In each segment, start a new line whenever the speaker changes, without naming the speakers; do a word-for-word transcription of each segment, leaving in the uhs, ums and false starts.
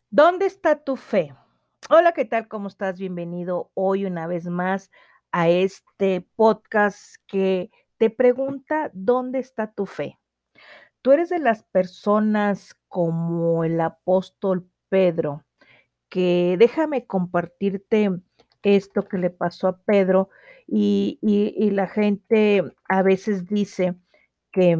¿Dónde está tu fe? Hola, ¿qué tal? ¿Cómo estás? Bienvenido hoy una vez más a este podcast que te pregunta, ¿dónde está tu fe? ¿Tú eres de las personas como el apóstol Pedro, que déjame compartirte esto que le pasó a Pedro y, y- y la gente a veces dice que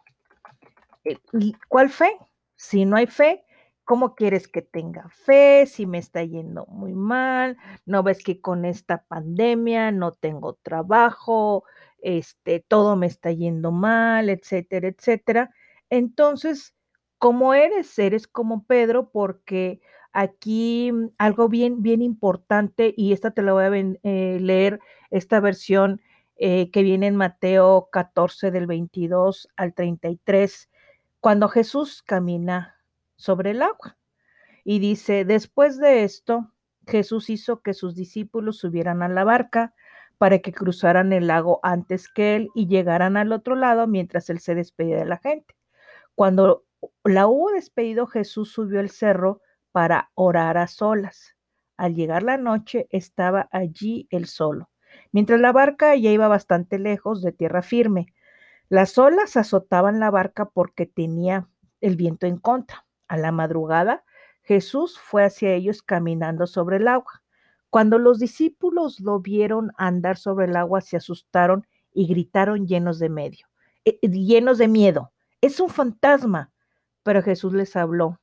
eh, ¿y cuál fe? Si no hay fe, ¿cómo quieres que tenga fe? Si me está yendo muy mal, ¿no ves que con esta pandemia no tengo trabajo, este, todo me está yendo mal, etcétera, etcétera? Entonces, como eres, eres como Pedro, porque aquí mm, algo bien, bien importante, y esta te la voy a ven- eh, leer, esta versión eh, que viene en Mateo catorce del veintidós al treinta y tres cuando Jesús camina sobre el agua. Y dice, después de esto, Jesús hizo que sus discípulos subieran a la barca para que cruzaran el lago antes que él y llegaran al otro lado mientras él se despedía de la gente. Cuando la hubo despedido, Jesús subió el cerro para orar a solas. Al llegar la noche, estaba allí él solo, mientras la barca ya iba bastante lejos de tierra firme. Las olas azotaban la barca porque tenía el viento en contra. A la madrugada, Jesús fue hacia ellos caminando sobre el agua. Cuando los discípulos lo vieron andar sobre el agua, se asustaron y gritaron llenos de medio, eh, eh, llenos de miedo. Es un fantasma. Pero Jesús les habló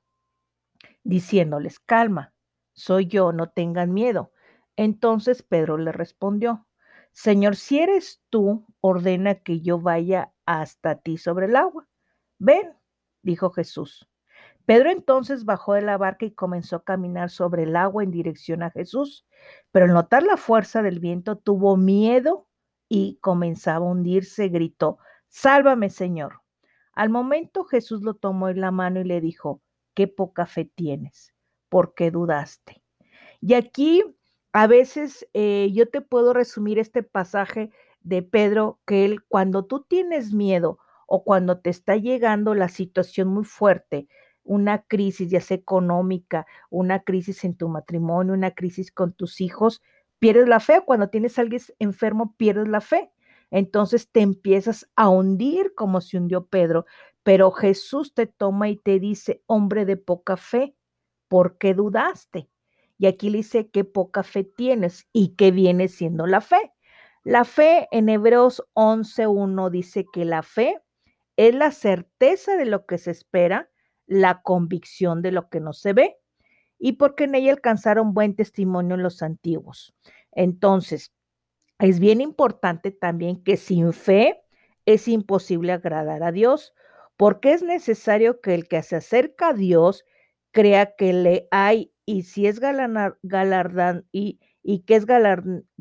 diciéndoles, calma, soy yo, no tengan miedo. Entonces Pedro le respondió, Señor, si eres tú, ordena que yo vaya hasta ti sobre el agua. Ven, dijo Jesús. Pedro entonces bajó de la barca y comenzó a caminar sobre el agua en dirección a Jesús, pero al notar la fuerza del viento tuvo miedo y comenzaba a hundirse, gritó, Sálvame, Señor. Al momento Jesús lo tomó en la mano y le dijo, qué poca fe tienes, ¿por qué dudaste? Y aquí a veces eh, yo te puedo resumir este pasaje de Pedro, que él cuando tú tienes miedo o cuando te está llegando la situación muy fuerte, una crisis ya sea económica, una crisis en tu matrimonio, una crisis con tus hijos, pierdes la fe. Cuando tienes a alguien enfermo, pierdes la fe. Entonces te empiezas a hundir como se hundió Pedro, pero Jesús te toma y te dice, hombre de poca fe, ¿por qué dudaste? Y aquí le dice qué poca fe tienes y qué viene siendo la fe. La fe en Hebreos once uno dice que la fe es la certeza de lo que se espera, la convicción de lo que no se ve, y porque en ella alcanzaron buen testimonio los antiguos. Entonces, es bien importante también que sin fe es imposible agradar a Dios, porque es necesario que el que se acerca a Dios crea que le hay y si es galana- galardan y, y que es galar-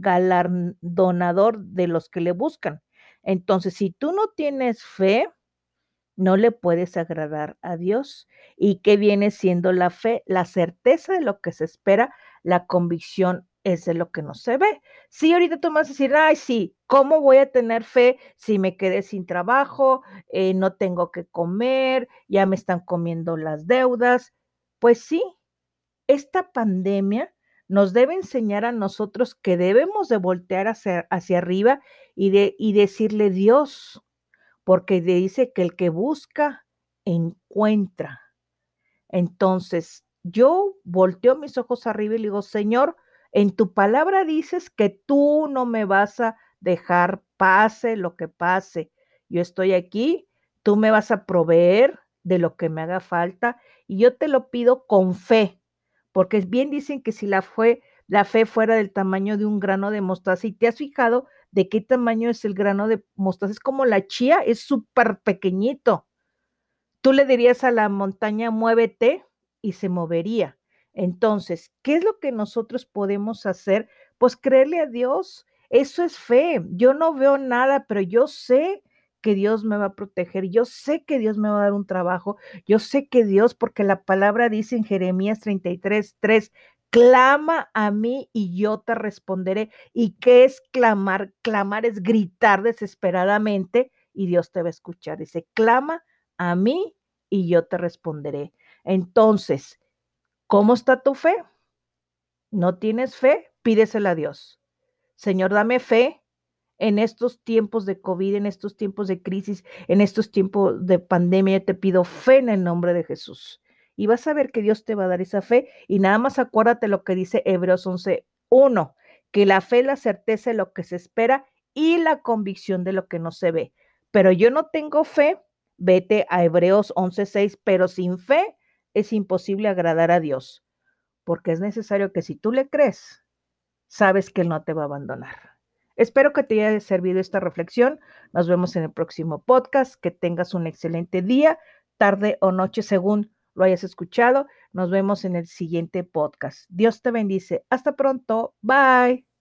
galardonador de los que le buscan. Entonces, si tú no tienes fe, no le puedes agradar a Dios. ¿Y qué viene siendo la fe? La certeza de lo que se espera, la convicción es de lo que no se ve. Sí, ahorita tú me vas a decir, ay, sí, ¿cómo voy a tener fe si me quedé sin trabajo, eh, no tengo que comer, ya me están comiendo las deudas? Pues sí, esta pandemia nos debe enseñar a nosotros que debemos de voltear hacia, hacia arriba y, de, y decirle, Dios, porque dice que el que busca, encuentra. Entonces, yo volteo mis ojos arriba y le digo, Señor, en tu palabra dices que tú no me vas a dejar pase lo que pase. Yo estoy aquí, tú me vas a proveer de lo que me haga falta y yo te lo pido con fe, porque bien dicen que si la fe, la fe fuera del tamaño de un grano de mostaza, y te has fijado de qué tamaño es el grano de mostaza, es como la chía, es súper pequeñito. Tú le dirías a la montaña, muévete y se movería. Entonces, ¿qué es lo que nosotros podemos hacer? Pues creerle a Dios. Eso es fe. Yo no veo nada, pero yo sé que Dios me va a proteger. Yo sé que Dios me va a dar un trabajo. Yo sé que Dios, porque la palabra dice en Jeremías treinta y tres, tres, clama a mí y yo te responderé. ¿Y qué es clamar? Clamar es gritar desesperadamente y Dios te va a escuchar. Dice, clama a mí y yo te responderé. Entonces, ¿Cómo está tu fe? ¿No tienes fe? Pídesela a Dios. Señor, dame fe en estos tiempos de COVID, en estos tiempos de crisis, en estos tiempos de pandemia. Te pido fe en el nombre de Jesús. Y vas a ver que Dios te va a dar esa fe. Y nada más acuérdate lo que dice Hebreos once uno, que la fe es la certeza de lo que se espera y la convicción de lo que no se ve. Pero yo no tengo fe, vete a Hebreos once seis, pero sin fe es imposible agradar a Dios, porque es necesario que si tú le crees, sabes que Él no te va a abandonar. Espero que te haya servido esta reflexión. Nos vemos en el próximo podcast. Que tengas un excelente día, tarde o noche, según lo hayas escuchado. Nos vemos en el siguiente podcast. Dios te bendice. Hasta pronto. Bye.